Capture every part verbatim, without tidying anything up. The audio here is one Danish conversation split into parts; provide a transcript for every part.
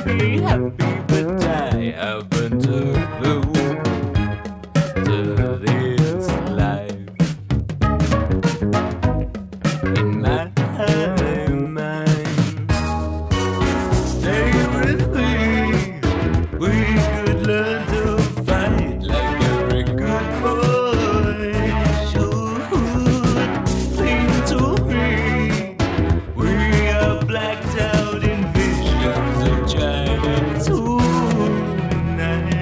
be happy, but I haven't a clue to this life. In my mind, stay with me. We could learn to fight like a very good boy should. Cling to me. We are blacked out in visions of childhood tonight.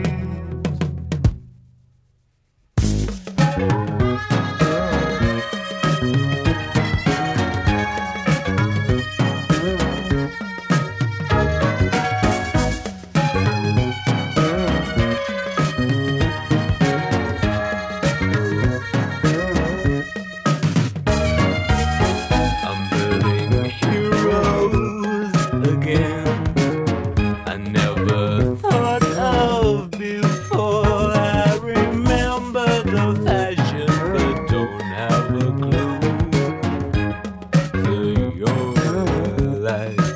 I'm building heroes again I never thought of before. I remember the fashion but don't have a clue to your life.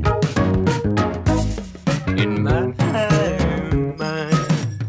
In my mind,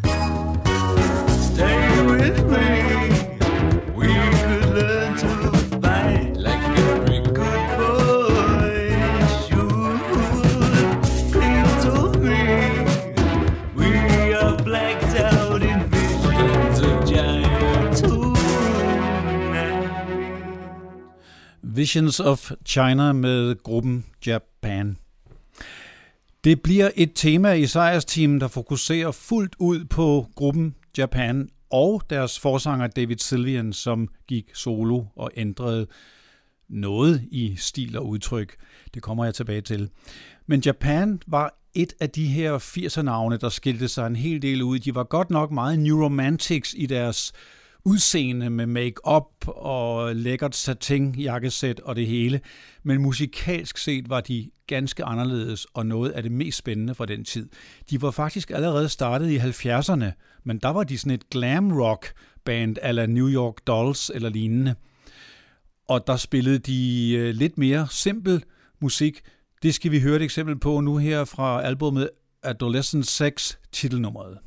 stay with me. We could learn to fight like every good boy should. Cling to me. We are blacked out in visions of giant tonight. Visions of China med gruppen Japan. Det bliver et tema i sejrsteamen, der fokuserer fuldt ud på gruppen Japan og deres forsanger David Sylvian, som gik solo og ændrede noget i stil og udtryk. Det kommer jeg tilbage til. Men Japan var et af de her firser-navne, der skilte sig en hel del ud. De var godt nok meget New Romantics i deres udseende med make-up og lækkert satin-jakkesæt og det hele. Men musikalsk set var de ganske anderledes og noget af det mest spændende fra den tid. De var faktisk allerede startet i halvfjerdserne, men der var de sådan et glam rock band a la New York Dolls eller lignende. Og der spillede de øh, lidt mere simpel musik. Det skal vi høre et eksempel på nu her fra albumet Adolescent Sex, titelnummeret.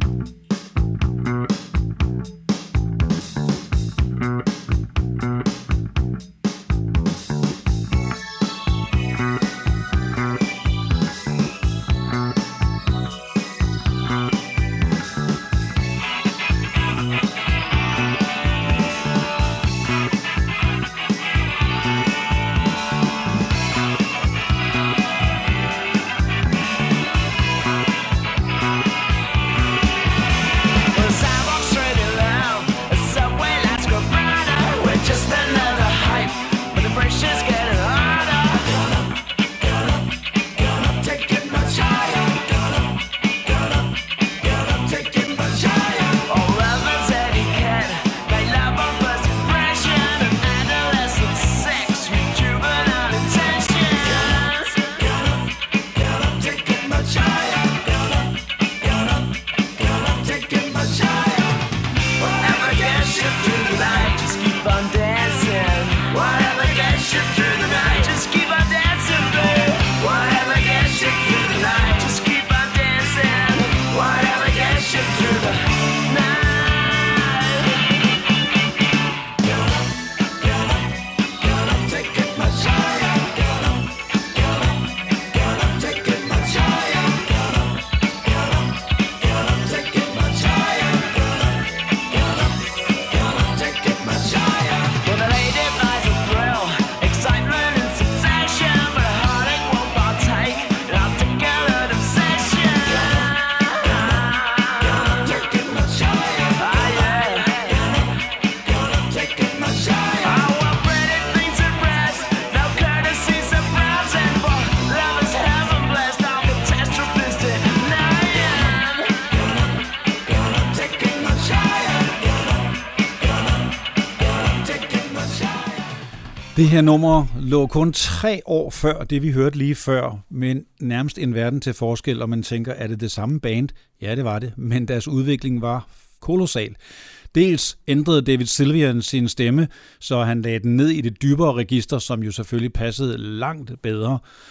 Det her nummer lå kun tre år før det, vi hørte lige før, men nærmest en verden til forskel, og man tænker, er det det samme band? Ja, det var det, men deres udvikling var kolossal. Dels ændrede David Sylvian sin stemme, så han lagde den ned i det dybere register, som jo selvfølgelig passede langt bedre.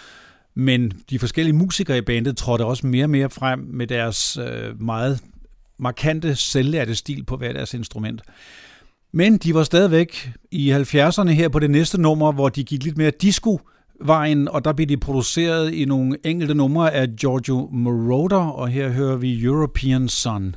Men de forskellige musikere i bandet trådte også mere og mere frem med deres øh, meget markante, selvlærte stil på hver deres instrument. Men de var stadigvæk i halvfjerdserne her på det næste nummer, hvor de gik lidt mere disco-vejen, og der blev de produceret i nogle enkelte numre af Giorgio Moroder, og her hører vi European Sun.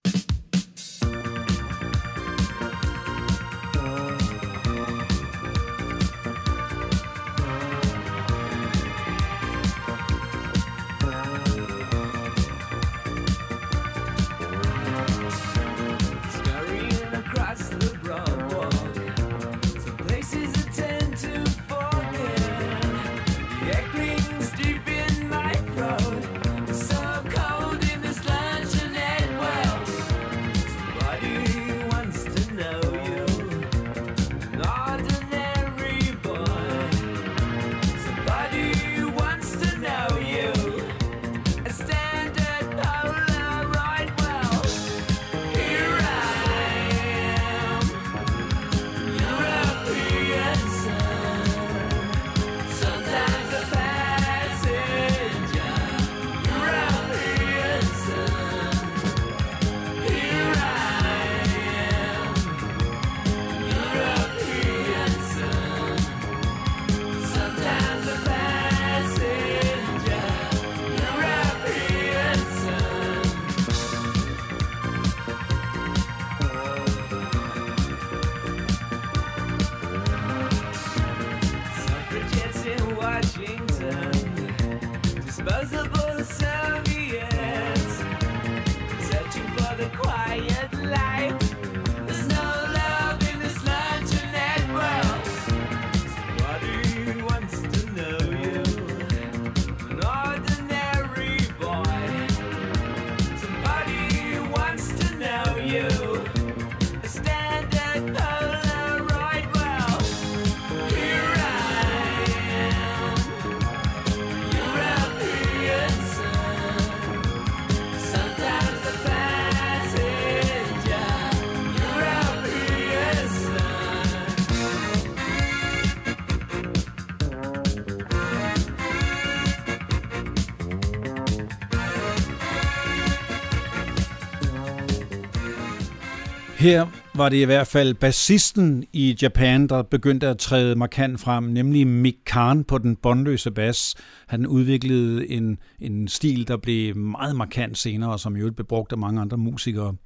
Her var det i hvert fald bassisten i Japan, der begyndte at træde markant frem, nemlig Mick Karn på den båndløse bas. Han udviklede en, en stil, der blev meget markant senere, og som jo blev brugt af mange andre musikere.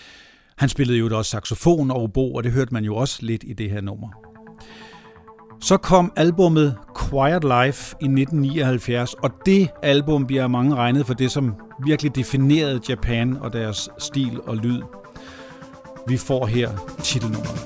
Han spillede jo også saxofon og obo, og det hørte man jo også lidt i det her nummer. Så kom albummet Quiet Life i nitten nioghalvfjerds, og det album bliver mange regnet for det, som virkelig definerede Japan og deres stil og lyd. Vi får her titelnummeret.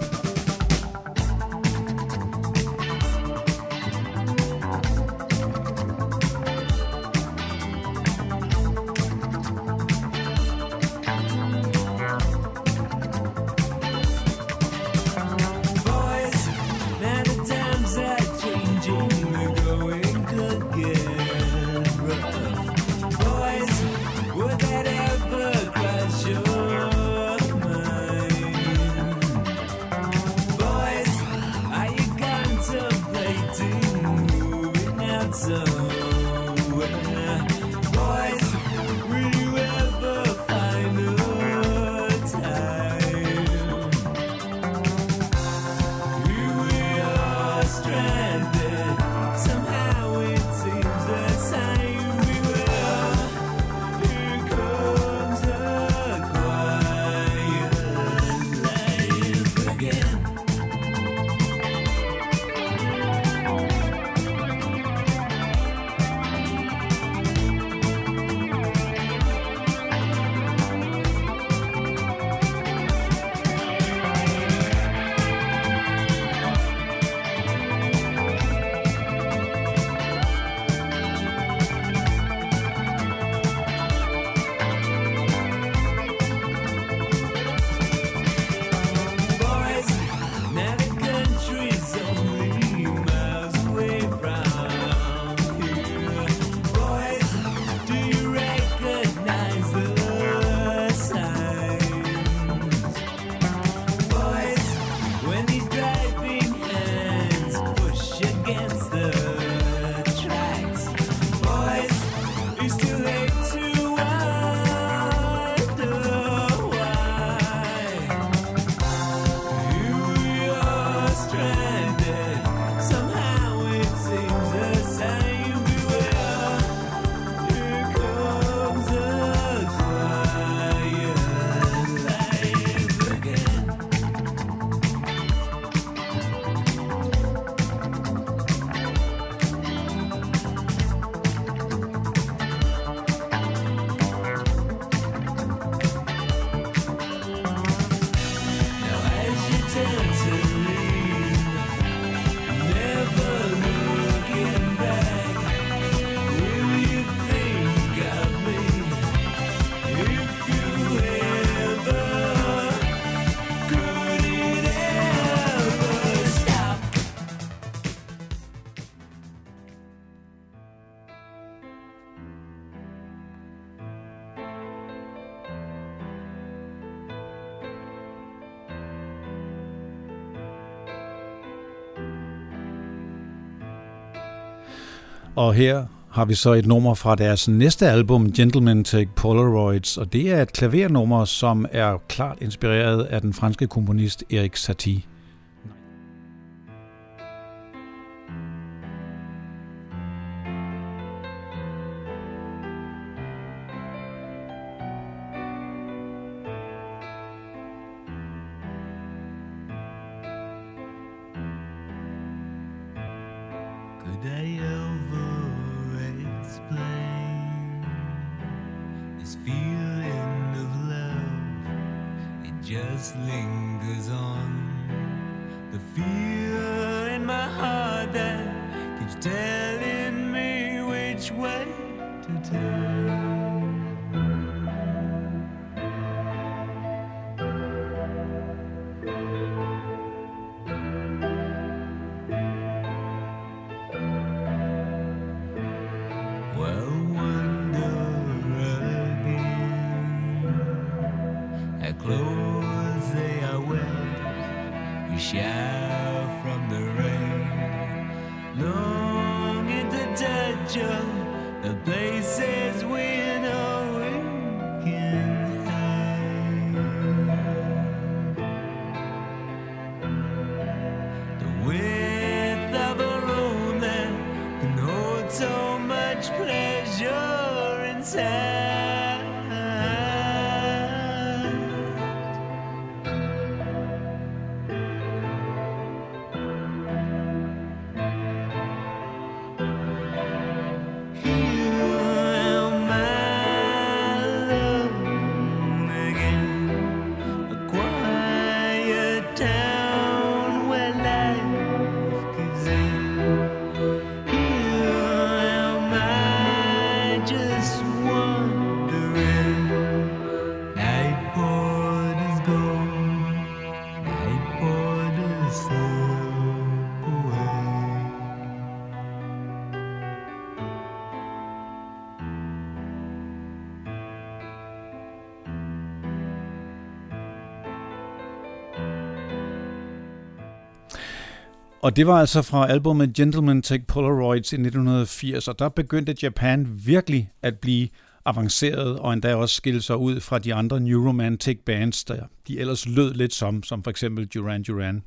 Og her har vi så et nummer fra deres næste album, Gentlemen Take Polaroids, og det er et klavernummer, som er klart inspireret af den franske komponist Erik Satie. Just lingers on. The fear in my heart that keeps telling me which way to turn. Well, wonder again. I close shower from the rain, longing to touch you, the places we know we can hide. The width of a room that can hold so much pleasure inside. Og det var altså fra albumet Gentlemen Take Polaroids i nitten firs, og der begyndte Japan virkelig at blive avanceret, og endda også skille sig ud fra de andre New Romantic bands, der de ellers lød lidt som, som for eksempel Duran Duran.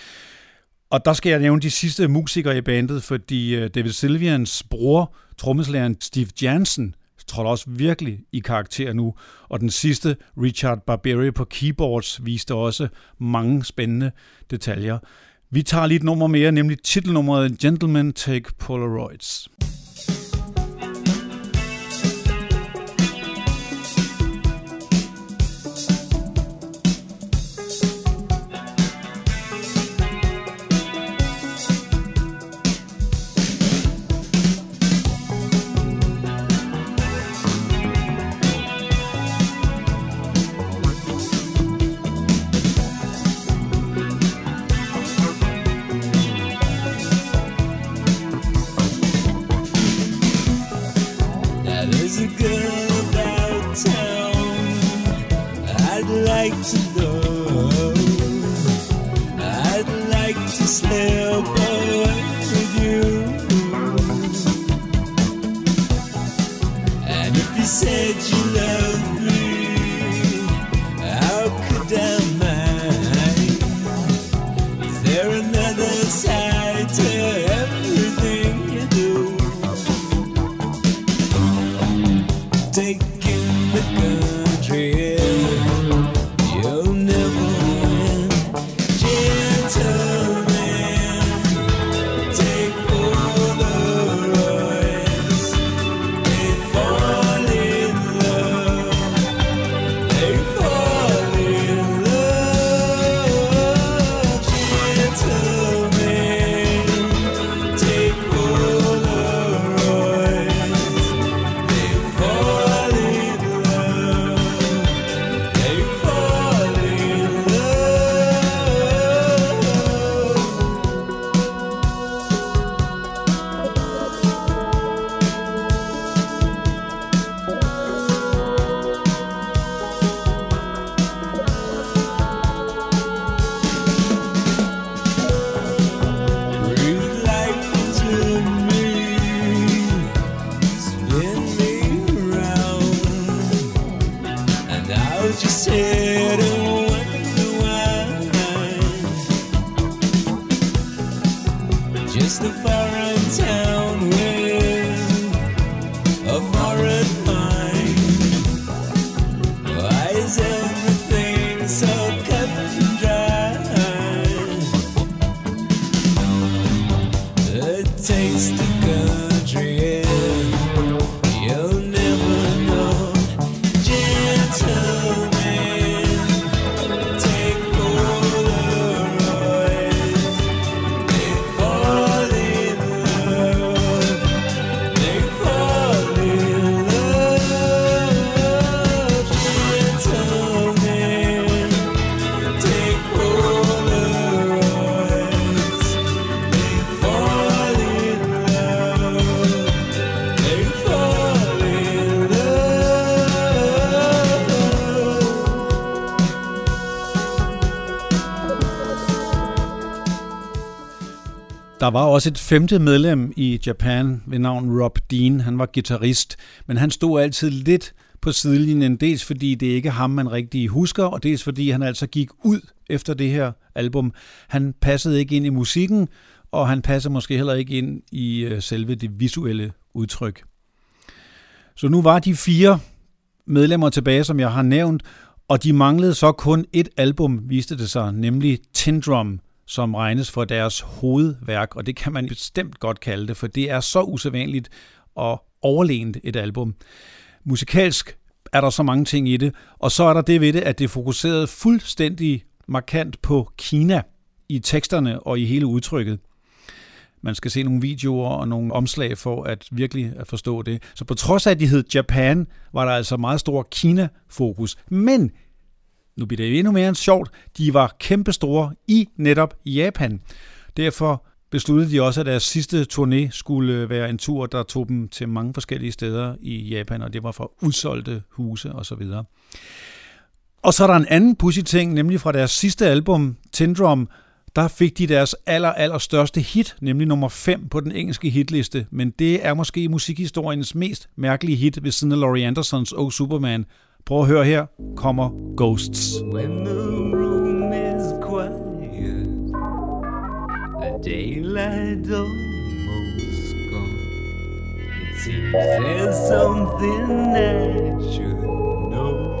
Og der skal jeg nævne de sidste musikere i bandet, fordi David Sylvians bror, trommeslageren Steve Jansen, trådte også virkelig i karakter nu, og den sidste, Richard Barberi på keyboards, viste også mange spændende detaljer. Vi tager lige et nummer mere, nemlig titelnummeret Gentlemen Take Polaroids. They fall in love. Der var også et femte medlem i Japan ved navn Rob Dean. Han var guitarist, men han stod altid lidt på sidelinjen, dels fordi det ikke er ham, man rigtig husker, og dels fordi han altså gik ud efter det her album. Han passede ikke ind i musikken, og han passede måske heller ikke ind i øh, selve det visuelle udtryk. Så nu var de fire medlemmer tilbage, som jeg har nævnt, og de manglede så kun et album, viste det sig, nemlig Tin Drum, som regnes for deres hovedværk, og det kan man bestemt godt kalde det, for det er så usædvanligt og overlegent et album. Musikalsk er der så mange ting i det, og så er der det ved det, at det fokuserede fuldstændig markant på Kina i teksterne og i hele udtrykket. Man skal se nogle videoer og nogle omslag for at virkelig at forstå det. Så på trods af, at de hed Japan, var der altså meget stor Kina-fokus. Men, nu bliver det endnu mere end sjovt, de var kæmpestore i netop Japan. Derfor besluttede de også, at deres sidste turné skulle være en tur, der tog dem til mange forskellige steder i Japan, og det var fra udsolgte huse osv. Og så er der en anden pudsig ting, nemlig fra deres sidste album, Tin Drum, der fik de deres aller, aller største hit, nemlig nummer fem på den engelske hitliste, men det er måske musikhistoriens mest mærkelige hit ved siden af Laurie Andersons Oh Superman. Prøv at høre her, kommer Ghosts. When the room is quiet, the daylight almost gone, it seems there's something I should know.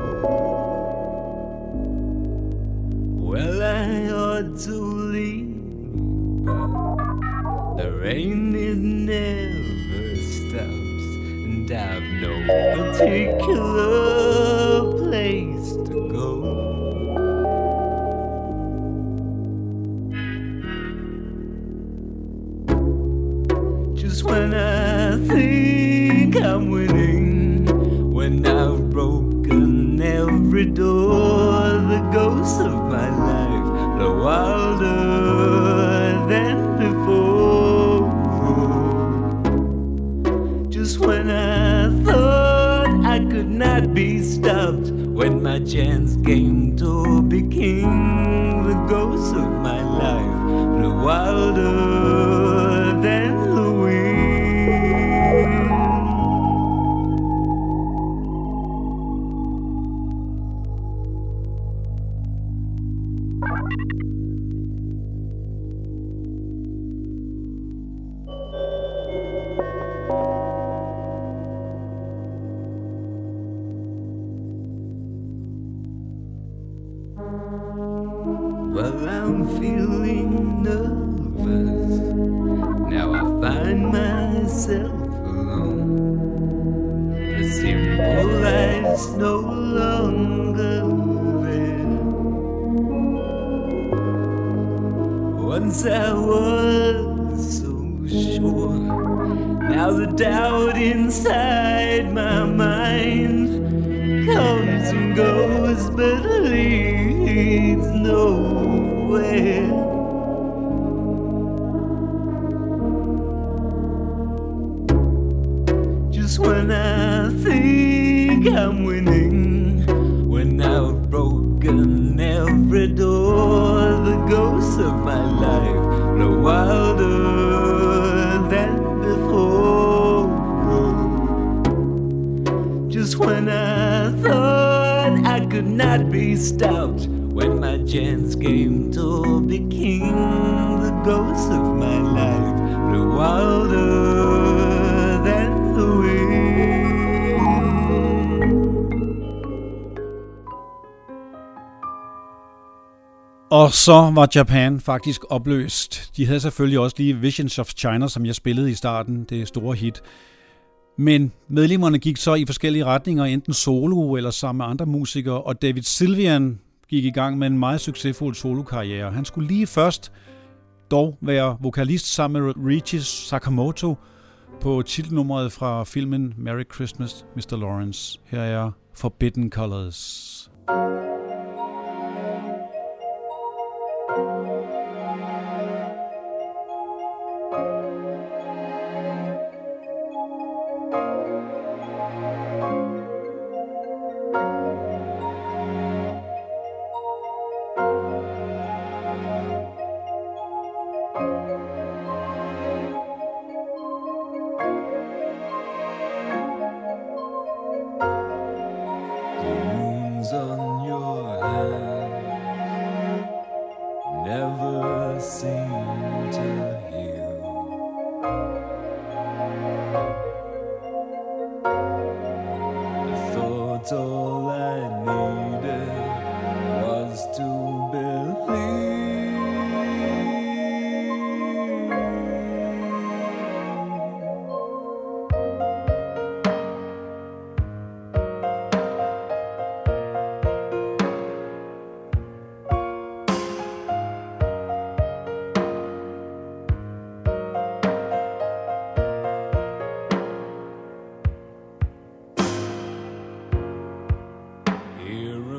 Well, I ought to leave, but the rain it never stops, and I've no particular place to go. Just when I think I'm winning, when I've broken every door, the ghosts of my life blow wilder than before. Just when I thought I could not be stopped, when my chance came to be king, the ghosts of my life blew wilder than the wind. Well, I'm feeling nervous. Now I find myself alone. The simple life's no longer there. Once I was so sure. Now the doubt inside my mind comes and goes, but leads nowhere. Just when I think I'm winning, when I've broken every door, the ghosts of my life blow wilder than before. Just when I thought I could not be stopped, when my chance came to be king, the ghosts of my life blew wilder than the wind. Og så var Japan faktisk opløst. De havde selvfølgelig også lige Visions of China, som jeg spillede i starten, det store hit. Men medlemmerne gik så i forskellige retninger, enten solo eller sammen med andre musikere, og David Sylvian gik i gang med en meget succesfuld solokarriere. Han skulle lige først dog være vokalist sammen med Ryuichi Sakamoto på titelnummeret fra filmen Merry Christmas, mister Lawrence. Her er Forbidden Colors.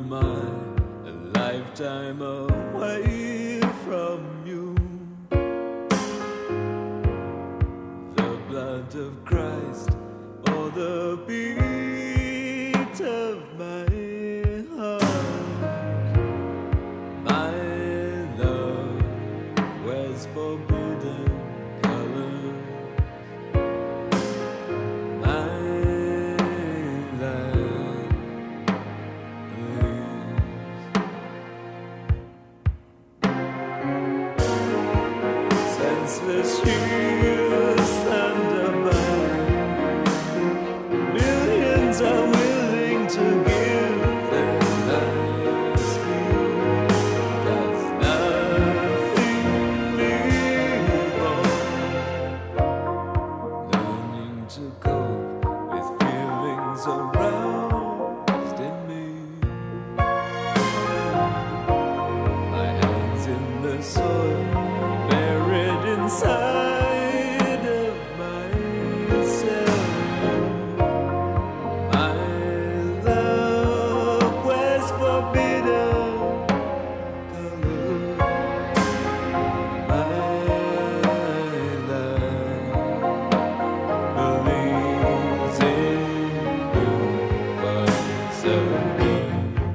am I a lifetime away from you? The blood of Christ or the beat of my heart? My love wears forbidden colors. My love believes. Senseless years thunder by. Millions are willing to give their lives for you. Does nothing leave on? Learning to cope with feelings aroused in me. My hands in the soil, buried inside of myself. My love was forbidden color. My love believes in you once again.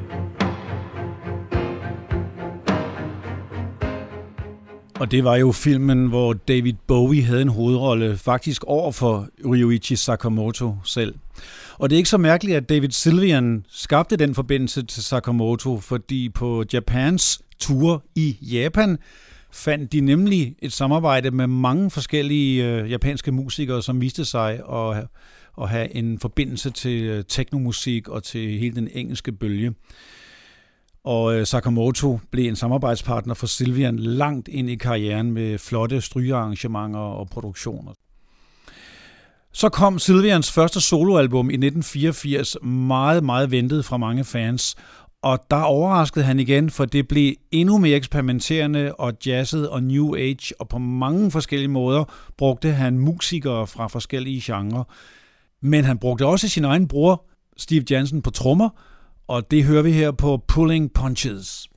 Og det var jo filmen, hvor David Bowie havde en hovedrolle, faktisk over for Ryuichi Sakamoto selv. Og det er ikke så mærkeligt, at David Sylvian skabte den forbindelse til Sakamoto, fordi på Japans tour i Japan fandt de nemlig et samarbejde med mange forskellige øh, japanske musikere, som viste sig at, at have en forbindelse til øh, teknomusik og til hele den engelske bølge. Og øh, Sakamoto blev en samarbejdspartner for Sylvian langt ind i karrieren med flotte strygearrangementer og produktioner. Så kom Sylvians første soloalbum i nitten fireogfirs, meget, meget ventet fra mange fans. Og der overraskede han igen, for det blev endnu mere eksperimenterende og jazzet og new age, og på mange forskellige måder brugte han musikere fra forskellige genrer. Men han brugte også sin egen bror, Steve Jansen, på trommer, og det hører vi her på Pulling Punches.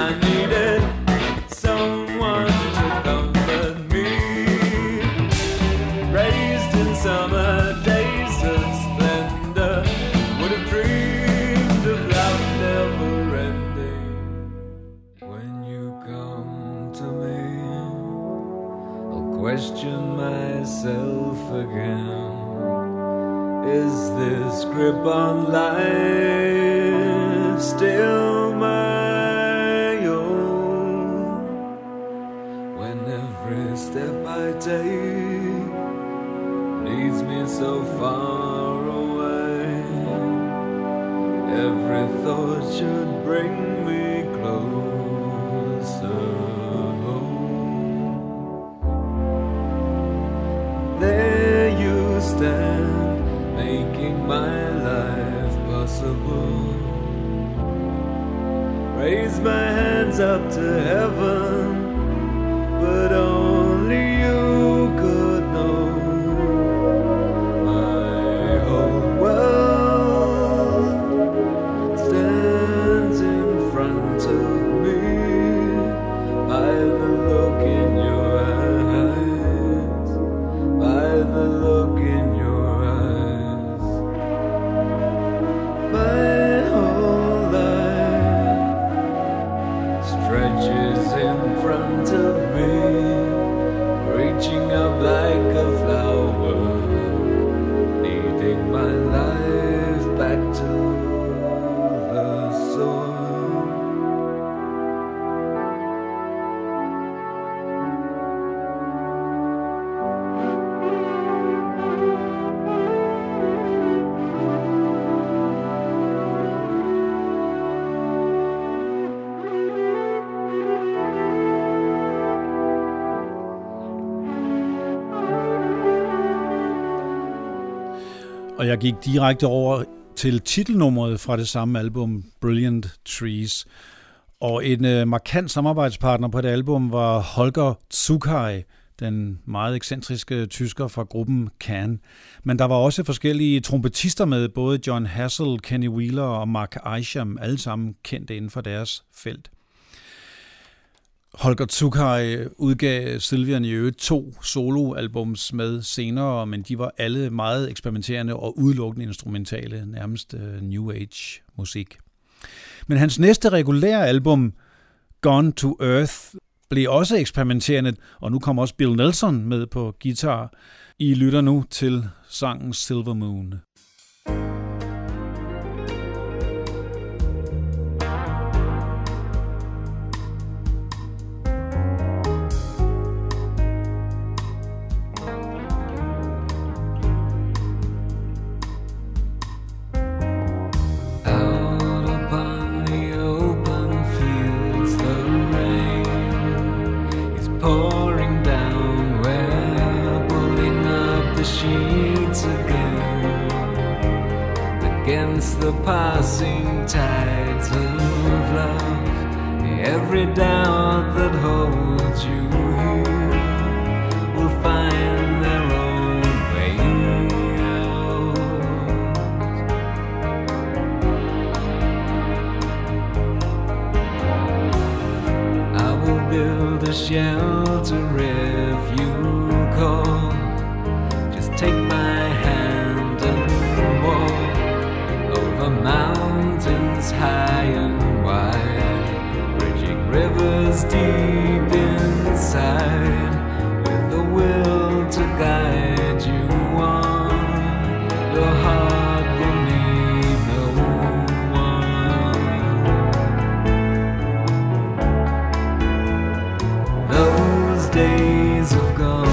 I needed someone to comfort me. Raised in summer days of splendor, would have dreamed of love never ending. When you come to me, I'll question myself again. Is this grip on life still my own? When every step I take leads me so far away, every thought should bring me closer home. There you stand, making my life possible. Raise my hands up to heaven, but only you could know. My whole world stands in front of me. By the look in your eyes, by the look in your eyes. My whole life stretches in front of me, reaching up like a flower, leading my life back to the soil. Og jeg gik direkte over til titelnummeret fra det samme album, Brilliant Trees. Og en øh, markant samarbejdspartner på det album var Holger Czukay, den meget ekscentriske tysker fra gruppen Can. Men der var også forskellige trompetister med, både John Hassel, Kenny Wheeler og Mark Isham, alle sammen kendte inden for deres felt. Holger Czukay udgav Sylvian i øvrigt to soloalbums med senere, men de var alle meget eksperimenterende og udelukkende instrumentale, nærmest uh, New Age musik. Men hans næste regulære album, Gone to Earth, blev også eksperimenterende, og nu kommer også Bill Nelson med på guitar. I lytter nu til sangen Silver Moon. The passing tides of love, every doubt that holds you here will find their own way out. I will build a shelter if you call. Just take my hand and walk over mountains high and wide, bridging rivers deep inside, with the will to guide you on. Your heart will need no one. Those days have gone.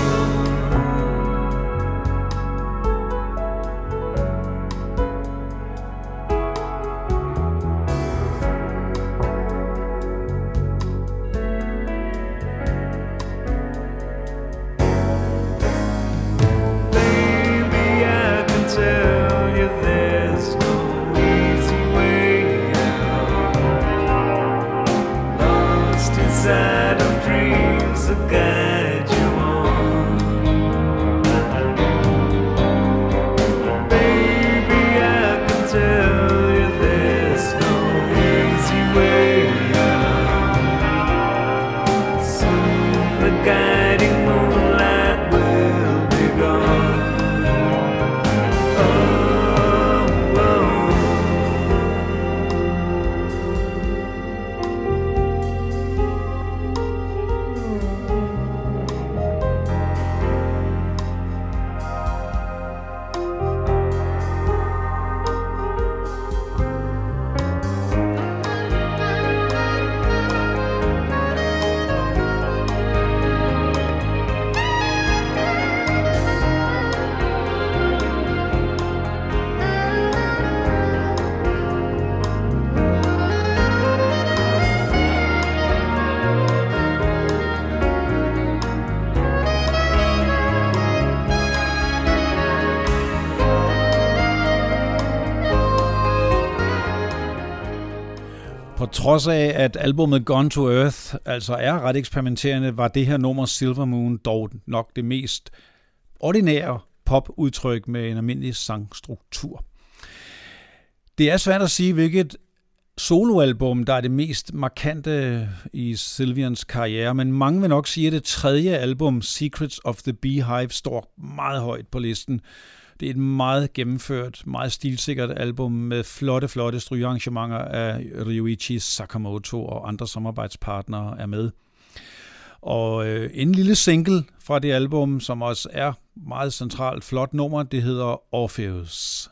Tell you there's no easy way out. trods af, at albumet Gone to Earth altså er ret eksperimenterende, var det her nummer Silver Moon dog nok det mest ordinære popudtryk med en almindelig sangstruktur. Det er svært at sige, hvilket soloalbum, der er det mest markante i Sylvians karriere, men mange vil nok sige, at det tredje album, Secrets of the Beehive, står meget højt på listen. Det er et meget gennemført, meget stilsikkert album med flotte, flotte strygearrangementer af Ryuichi Sakamoto og andre samarbejdspartnere er med. Og øh, en lille single fra det album, som også er meget centralt flot nummer, det hedder Orpheus.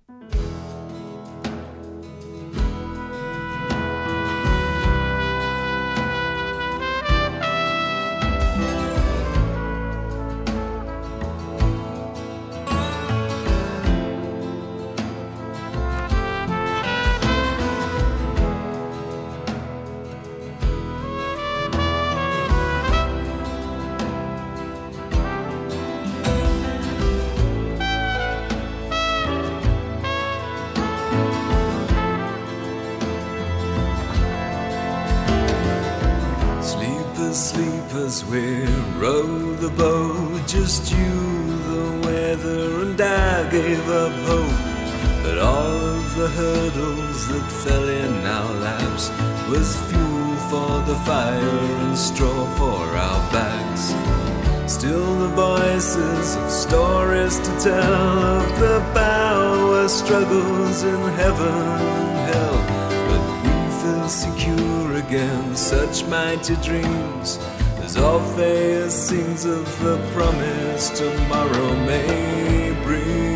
Sleepers, we row the boat, just you, the weather, and I gave up hope. But all of the hurdles that fell in our laps was fuel for the fire and straw for our backs. Still the voices of stories to tell of the power struggles in heaven and hell. But we feel secure against such mighty dreams, as Orpheus sings of the promise tomorrow may bring.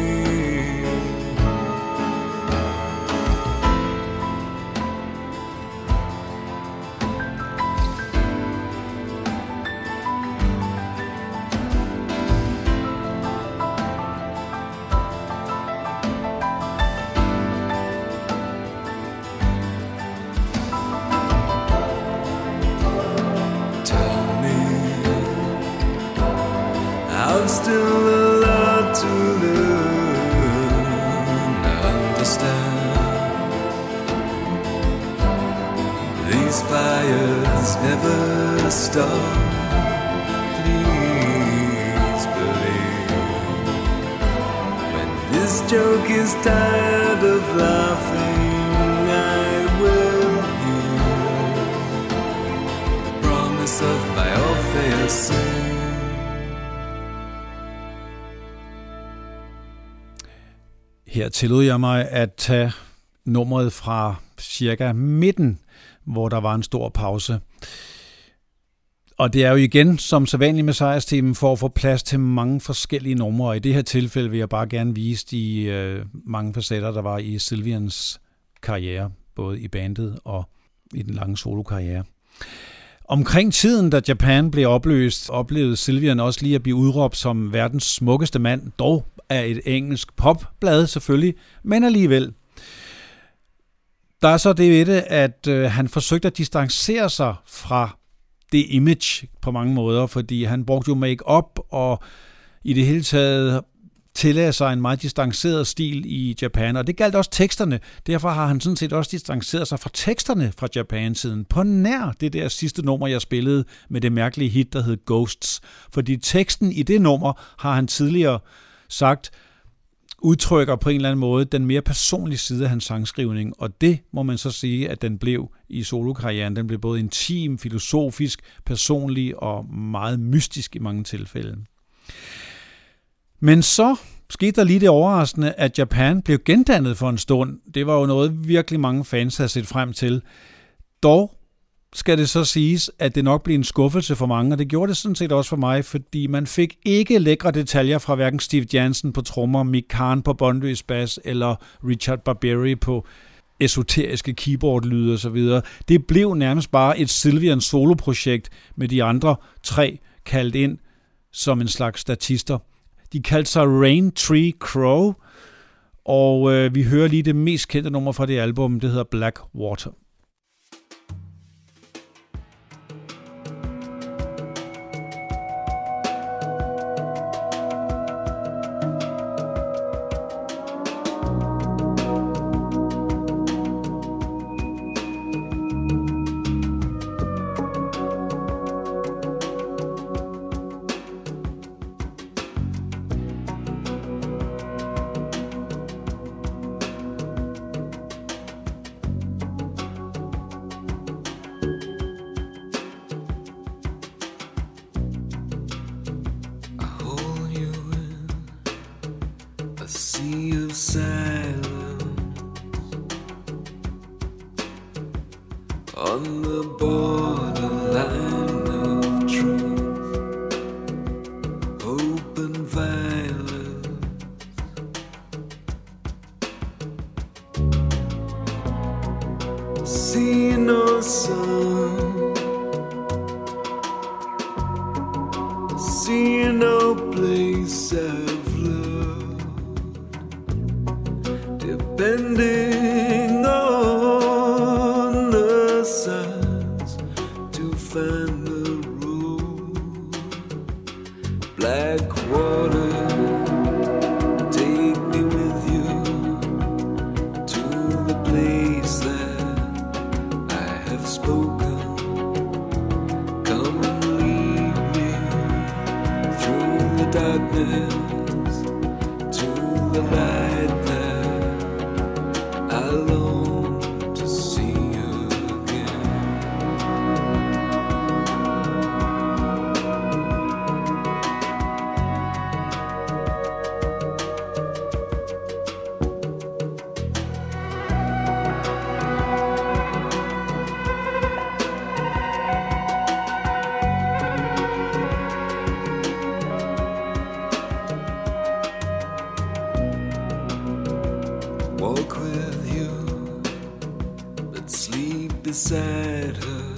Still a lot to learn, understand. These fires never stop. Please believe. When this joke is tired of laughing, I will hear the promise of my Orpheus sing. Her tillod jeg mig at tage nummeret fra cirka midten, hvor der var en stor pause. Og det er jo igen, som sædvanligt med sejrsteamen, for at få plads til mange forskellige numre. Og i det her tilfælde vil jeg bare gerne vise de øh, mange facetter, der var i Sylvians karriere, både i bandet og i den lange solokarriere. Omkring tiden, da Japan blev opløst, oplevede Sylvian også lige at blive udråbt som verdens smukkeste mand, dog af et engelsk popblad selvfølgelig, men alligevel. Der er så det ved det, at øh, han forsøgte at distancere sig fra det image på mange måder, fordi han brugte jo make-up og i det hele taget tillagde sig en meget distanceret stil i Japan, og det galt også teksterne. Derfor har han sådan set også distanceret sig fra teksterne fra Japan-tiden, på nær det der sidste nummer, jeg spillede med det mærkelige hit, der hed Ghosts. Fordi teksten i det nummer har han tidligere sagt, udtrykker på en eller anden måde den mere personlige side af hans sangskrivning, og det må man så sige, at den blev i solokarrieren. Den blev både intim, filosofisk, personlig og meget mystisk i mange tilfælde. Men så skete der lige det overraskende, at Japan blev gendannet for en stund. Det var jo noget, virkelig mange fans havde set frem til. Dog skal det så siges, at det nok blev en skuffelse for mange, og det gjorde det sådan set også for mig, fordi man fik ikke lækre detaljer fra hverken Steve Jansen på trommer, Mick Karn på båndløs bas eller Richard Barberi på esoteriske keyboardlyde osv. Det blev nærmest bare et Sylvian soloprojekt med de andre tre kaldt ind som en slags statister. De kaldte sig Rain Tree Crow, og øh, vi hører lige det mest kendte nummer fra det album, det hedder Black Water. on the borderline of truth, hope and violence. See no sun, see no place I've loved, depending on the signs to find the road. Black water, take me with you to the place that I have spoken. Come and lead me through the darkness to the light that I long to see again. Walk with you, but sleep beside her.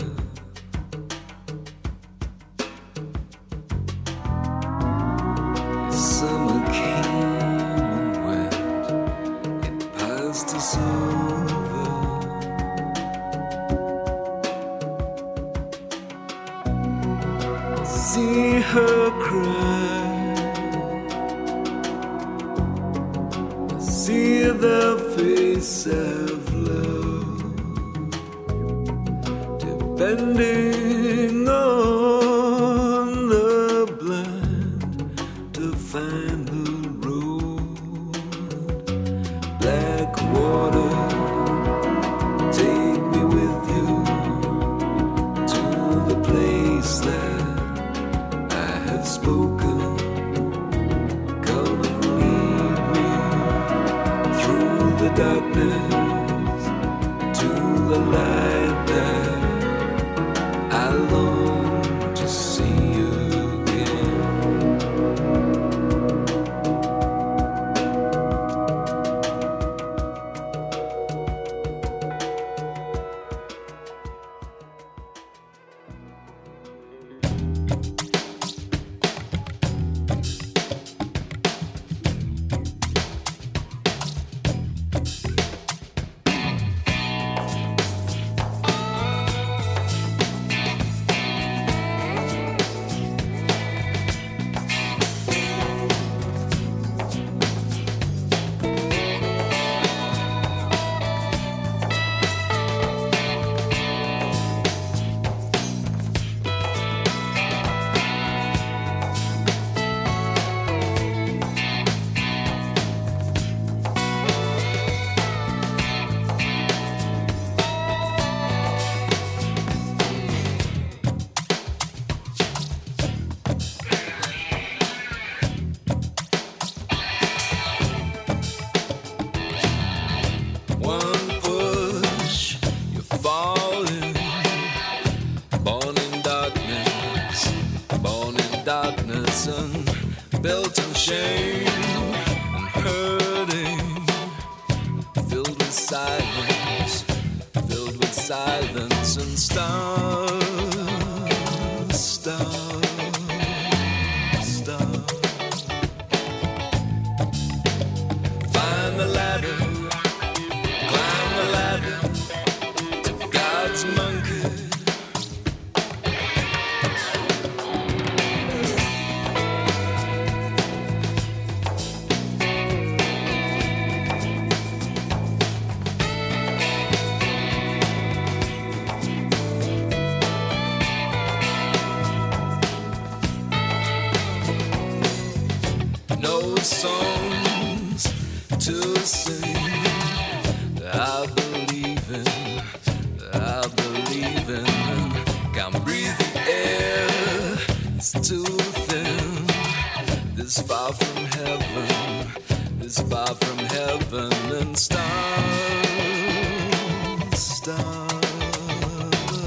The summer came and went, it passed us over. See her cry, see the face of love, depending on the blind to find the road. Black water, take me with you to the place that I have spoken. Come and lead me through the darkness to the light that I long to see again. One push, you're falling. Born in darkness, born in darkness, and built on shame and hurting. Filled with silence, filled with silence and stars, stars, stars. Find the ladder, climb the ladder to God's monkey. No songs to sing that I believe in, that I believe in. Can't breathe the air, it's too thin. This far from heaven, this far from heaven, and stars, stars.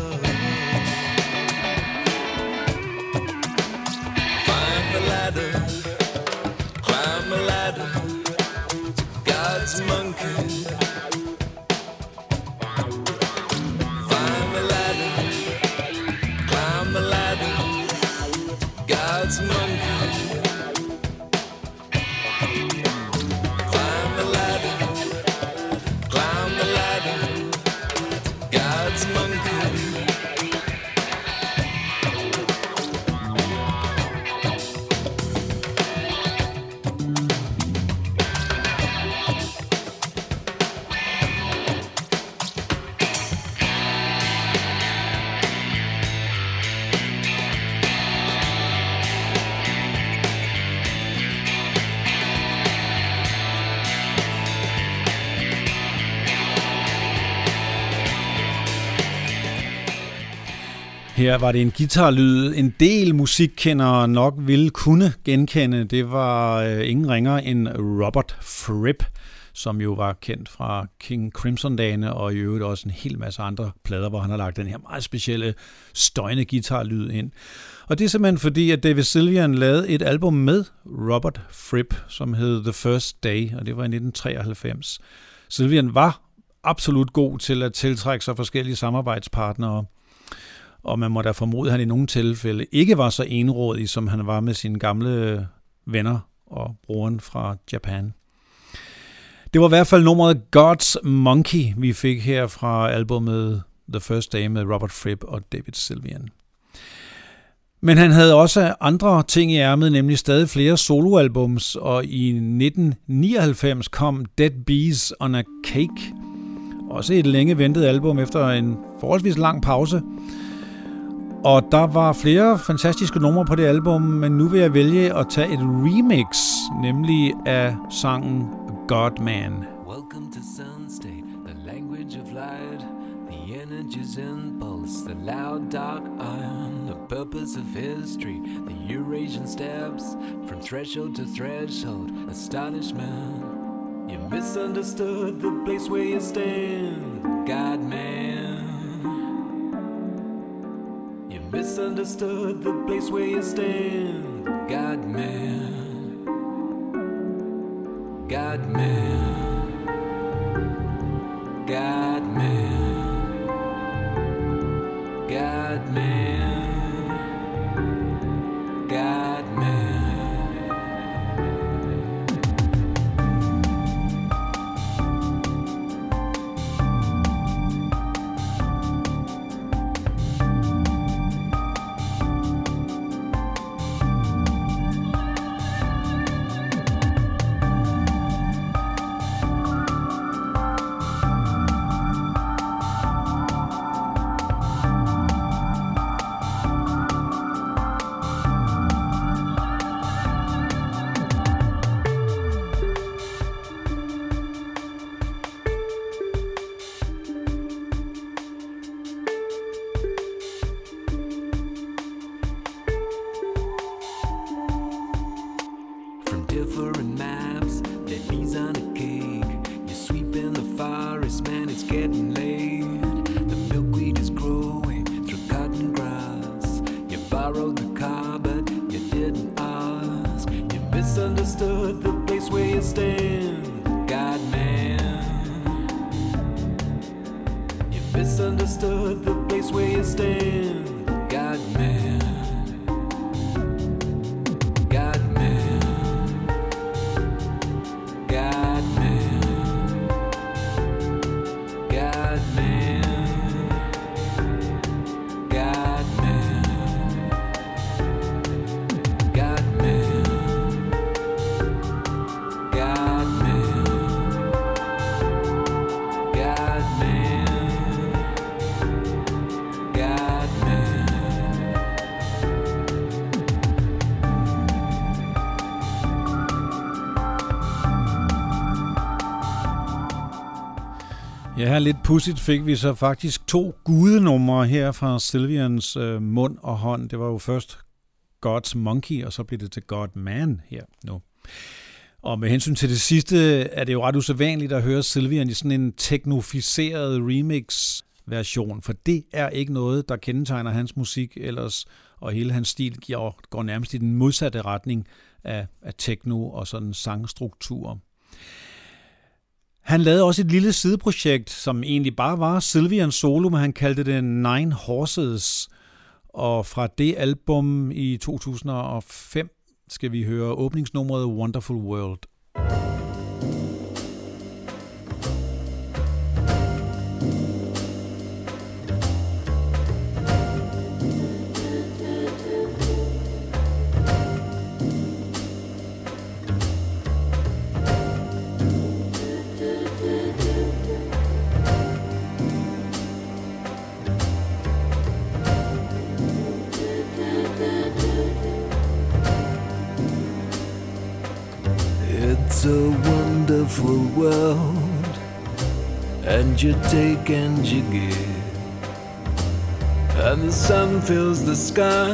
God's monkey. Climb the ladder, climb the ladder, God's monkey. Her var det en guitarlyd, en del musikkendere nok ville kunne genkende. Det var øh, ingen ringere end Robert Fripp, som jo var kendt fra King Crimson-dagene, og i øvrigt også en hel masse andre plader, hvor han har lagt den her meget specielle støjende guitarlyd ind. Og det er simpelthen fordi, at David Sylvian lavede et album med Robert Fripp, som hed The First Day, og det var i nitten treoghalvfems. Sylvian var absolut god til at tiltrække sig forskellige samarbejdspartnere, og man må da formode, at han i nogle tilfælde ikke var så enrådig, som han var med sine gamle venner og broren fra Japan. Det var i hvert fald nummeret God's Monkey, vi fik her fra albumet The First Day med Robert Fripp og David Sylvian. Men han havde også andre ting i ærmet, nemlig stadig flere soloalbums, og i nitten nioghalvfems kom Dead Bees on a Cake. Også et længe ventet album efter en forholdsvis lang pause. Og der var flere fantastiske numre på det album, men nu vil jeg vælge at tage et remix, nemlig af sangen God Man. Welcome to Sunstate, the language of light, the energy's impulse, the loud dark iron, the purpose of history, the Eurasian steps, from threshold to threshold, astonishment. You misunderstood the place where you stand, God Man. Misunderstood the place where you stand, God Man, God Man, God Man, God Man, God Man. Ja, her lidt pudsigt fik vi så faktisk to gudenumre her fra Sylvians øh, mund og hånd. Det var jo først God's Monkey, og så blev det til God Man her nu. Og med hensyn til det sidste, er det jo ret usædvanligt at høre Sylvian i sådan en teknoficeret remix-version, for det er ikke noget, der kendetegner hans musik ellers, og hele hans stil går, går nærmest i den modsatte retning af, af techno og sådan sangstruktur. Han lavede også et lille sideprojekt, som egentlig bare var Sylvian solo, men han kaldte det Nine Horses. Og fra det album i to tusind og fem skal vi høre åbningsnummeret Wonderful World. It's a wonderful world, and you take and you give, and the sun fills the sky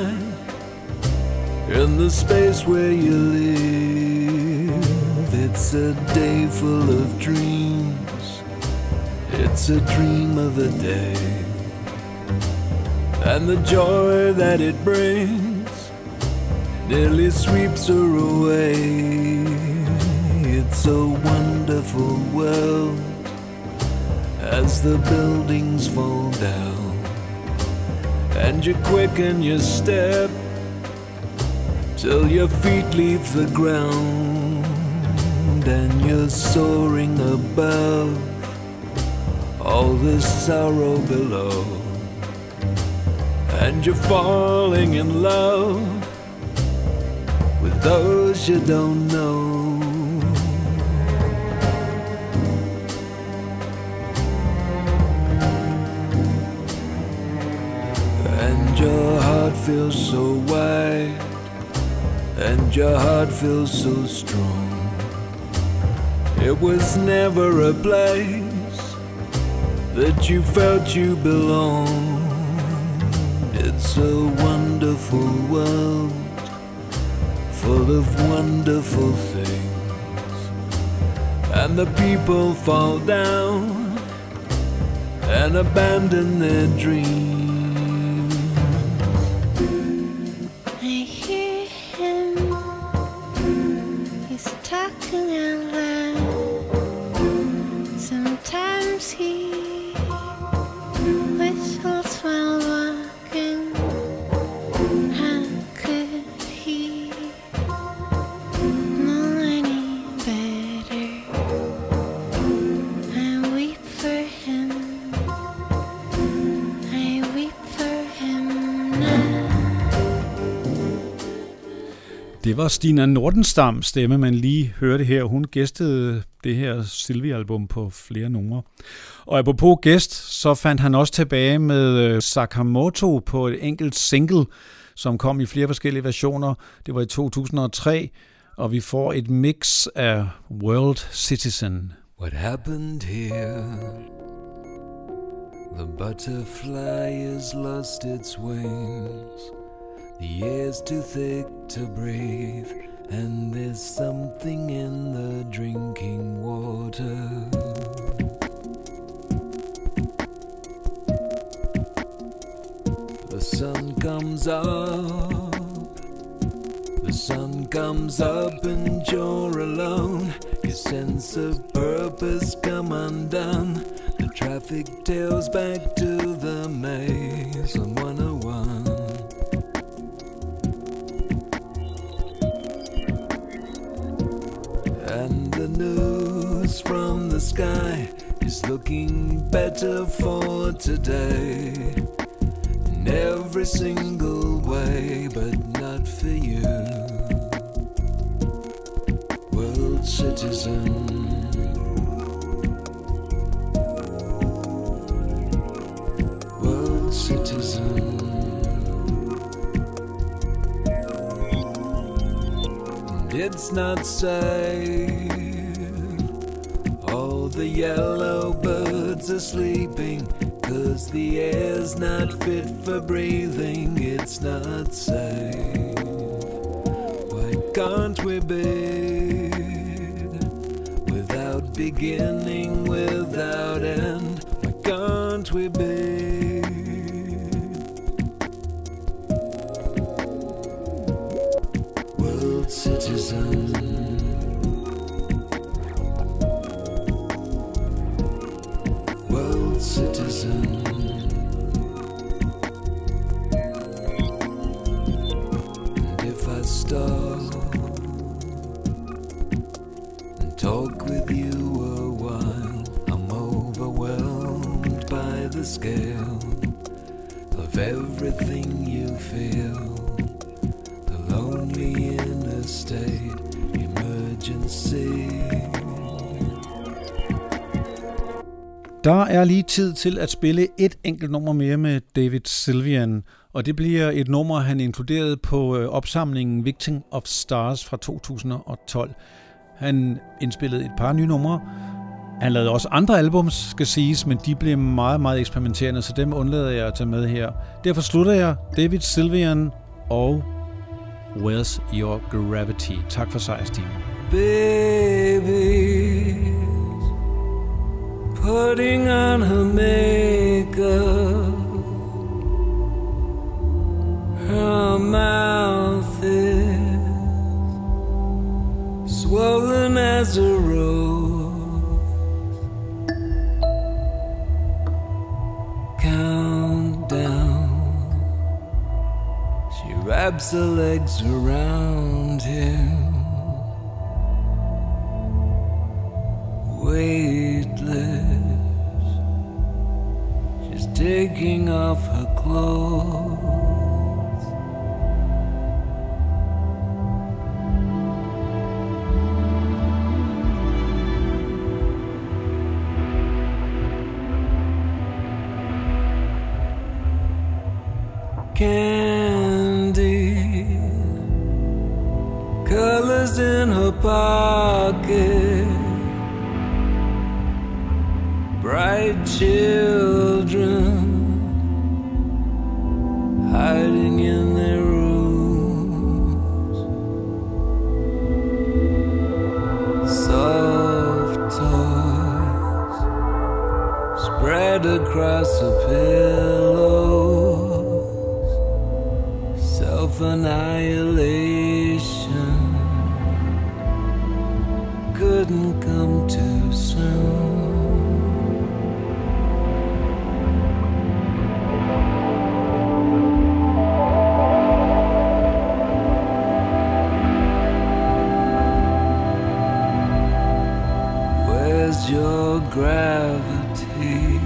in the space where you live. It's a day full of dreams, it's a dream of a day, and the joy that it brings nearly sweeps her away. It's a wonderful world as the buildings fall down, and you quicken your step till your feet leave the ground, and you're soaring above all the sorrow below, and you're falling in love with those you don't know. Your heart feels so wide, and your heart feels so strong. It was never a place that you felt you belonged. It's a wonderful world full of wonderful things, and the people fall down and abandon their dreams. Det var Stina Nordenstam stemme, man lige hørte her. Hun gæstede det her Sylvie-album på flere numre. Og apropos gæst, så fandt han også tilbage med Sakamoto på et enkelt single, som kom i flere forskellige versioner. Det var i to tusind og tre, og vi får et mix af World Citizen. What happened here? The butterfly has lost its wings. The air's too thick to breathe, and there's something in the drinking water. The sun comes up, the sun comes up and you're alone. Your sense of purpose come undone. The traffic tails back to the maze on one oh one. And the news from the sky is looking better for today, in every single way, but not for you, world citizen. World citizen. It's not safe. All the yellow birds are sleeping, 'cause the air's not fit for breathing. It's not safe. Why can't we be without beginning, without end? Why can't we be world citizen? World citizen. scale of everything you feel. The lonely interstate emergency. Der er lige tid til at spille et enkelt nummer mere med David Sylvian, og det bliver et nummer, han inkluderede på opsamlingen Victim of Stars fra to tusind og tolv. Han indspillede et par nye numre. Han lavede også andre albums, skal siges, men de blev meget, meget eksperimenterende, så dem undlader jeg at tage med her. Derfor slutter jeg David Sylvian og Where's Your Gravity. Tak for sejrstimen. Baby's putting on her makeup. Her mouth is swollen as a rose. Countdown. She wraps her legs around him. Weightless. She's taking off her clothes. Candy, colors in her pocket, bright children hiding in their rooms, soft toys spread across a pillow. Annihilation couldn't come too soon. Where's your gravity?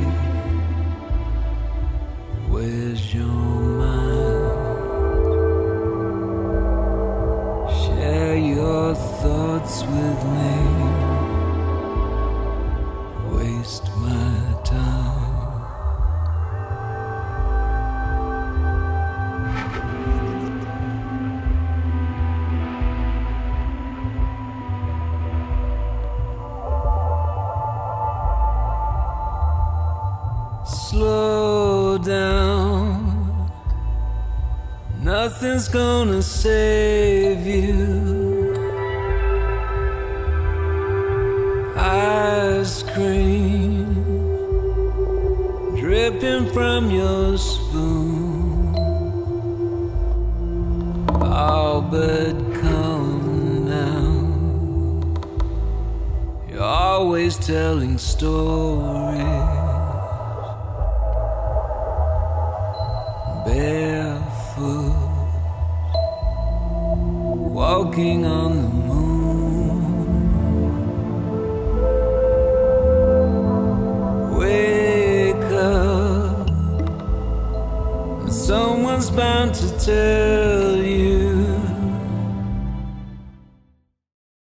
Where's your mind? Your thoughts with me. Waste my time. Slow down. Nothing's gonna save you. Ice cream dripping from your spoon. Oh, but come now. You're always telling stories. Barefoot, walking on the moon. Someone's bound to tell